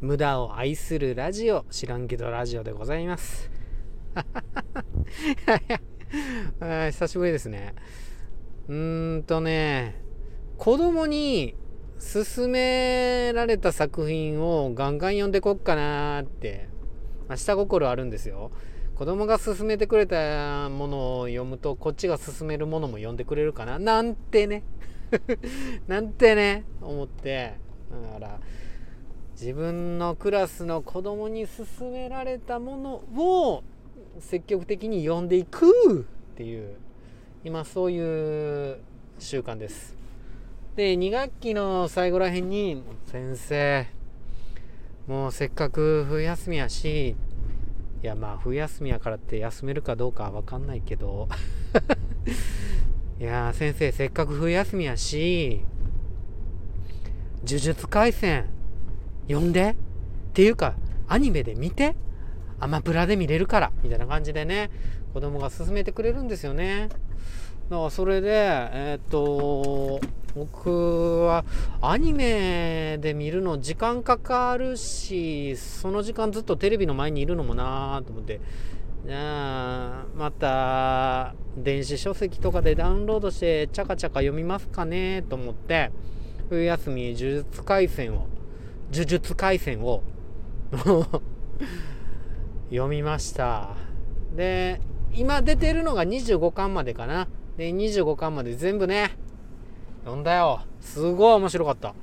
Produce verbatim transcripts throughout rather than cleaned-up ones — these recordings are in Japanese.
無駄を愛するラジオ、知らんけどラジオでございますあ、久しぶりですね。うーんとね子供に勧められた作品をガンガン読んでこっかなって、まあ、下心あるんですよ。子供が勧めてくれたものを読むとこっちが勧めるものも読んでくれるかななんてねなんてね思って、だから自分のクラスの子供に勧められたものを積極的に読んでいくっていう今そういう習慣です。でに学期の最後らへんに先生もうせっかく冬休みやし、いやまあ冬休みやからって休めるかどうかは分かんないけどいや先生せっかく冬休みやし呪術廻戦読んでっていうかアニメで見てアマプラで見れるからみたいな感じでね子供が勧めてくれるんですよね。だからそれでえー、っと僕はアニメで見るの時間かかるしその時間ずっとテレビの前にいるのもなーと思って、あまた電子書籍とかでダウンロードしてチャカチャカ読みますかねと思って冬休み呪術廻戦を呪術廻戦を読みました。で今出てるのがにじゅうごかんまでかな。でにじゅうごかんまで全部ね読んだよ。すごい面白かった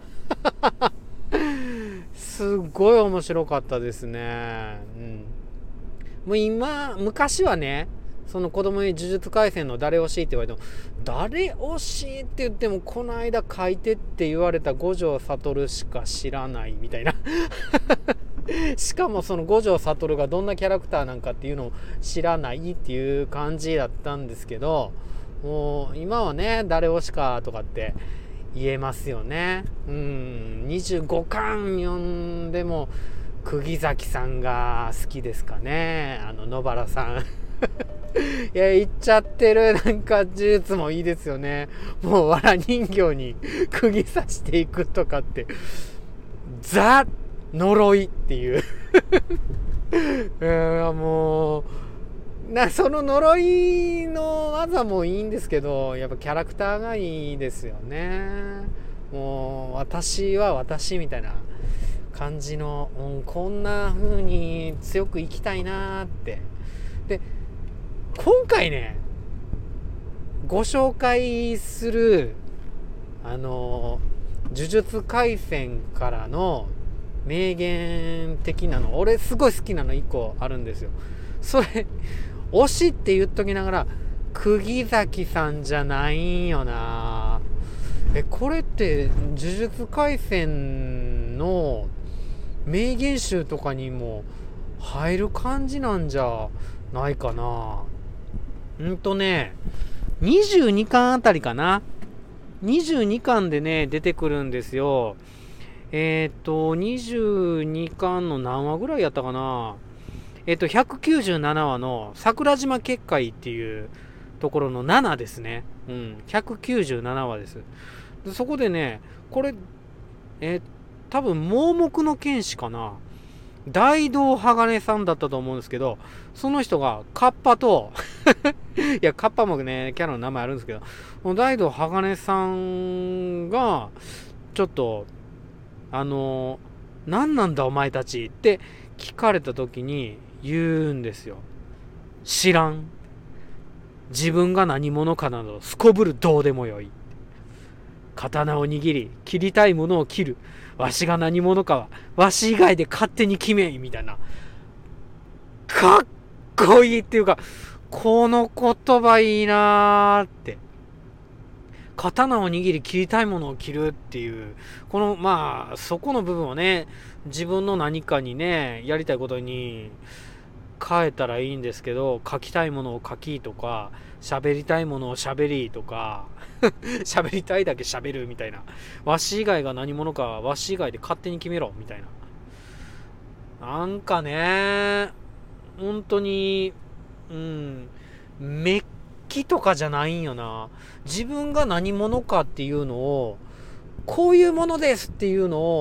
すごい面白かったですね、うん、もう今昔はねその子供に呪術廻戦の誰推しって言われても誰推しって言ってもこの間書いてって言われた五条悟しか知らないみたいなしかもその五条悟がどんなキャラクターなんかっていうのを知らないっていう感じだったんですけど、もう今はね誰推しかとかって言えますよね。うんにじゅうごかん読んでも釘崎さんが好きですかね。あの野原さんいや言っちゃってるなんか呪術もいいですよね。もう藁人形に釘刺していくとかってザ呪いっていういやもうなその呪いの技もいいんですけどやっぱキャラクターがいいですよね。もう私は私みたいな感じの、うん、こんな風に強く生きたいなって。で今回ねご紹介するあの呪術廻戦からの名言的なの俺すごい好きなのいっこあるんですよ。それ推しって言っときながら釘崎さんじゃないんよな。えこれって呪術廻戦の名言集とかにも入る感じなんじゃないかな。うんとねにじゅうにかんあたりかな。にじゅうにかんでね出てくるんですよ。えっとにじゅうにかんの何話ぐらいやったかな。えっとひゃくきゅうじゅうななわの桜島結界っていうところのななですね。うん、ひゃくきゅうじゅうななわです。でそこでねこれえー、多分盲目の剣士かな。大道鋼さんだったと思うんですけどその人がカッパといやカッパもねキャラの名前あるんですけど大道鋼さんがちょっとあの何なんだお前たちって聞かれた時に言うんですよ。知らん。自分が何者かなどすこぶるどうでもよい。刀を握り切りたいものを切る。わしが何者かはわし以外で勝手に決めいみたいな。かっこいいっていうかこの言葉いいなーって。刀を握り切りたいものを切るっていうこのまあそこの部分をね自分の何かにねやりたいことに変えたらいいんですけど、書きたいものを書きとか喋りたいものを喋りとか喋りたいだけ喋るみたいな。わし以外が何者かはわし以外で勝手に決めろみたいな。なんかね本当にうんめっきとかじゃないんよな。自分が何者かっていうのをこういうものですっていうのを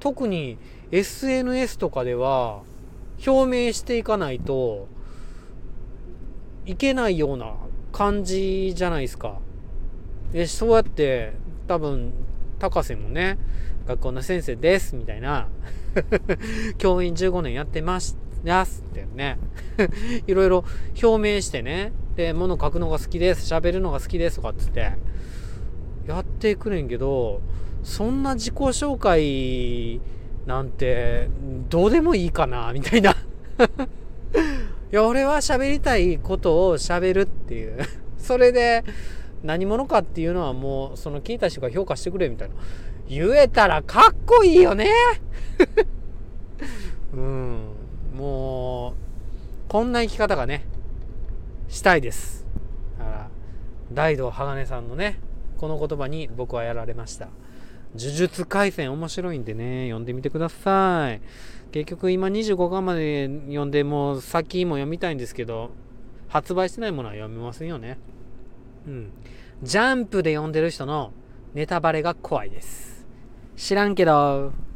特に エスエヌエス とかでは表明していかないといけないような感じじゃないですか。でそうやって多分高瀬もね、学校の先生ですみたいな教員じゅうごねんやってますってねいろいろ表明してね、で物書くのが好きです、喋るのが好きですとかっつってやってくれんけど、そんな自己紹介なんてどうでもいいかなみたいないや俺は喋りたいことを喋るっていうそれで何者かっていうのはもうその聞いた人が評価してくれみたいな言えたらかっこいいよねうんもうこんな生き方がねしたいです。だから大道鋼さんのねこの言葉に僕はやられました。呪術廻戦面白いんでね読んでみてください。結局今にじゅうごかんまで読んでもう先も読みたいんですけど発売してないものは読めませんよね。うんジャンプで読んでる人のネタバレが怖いです。知らんけど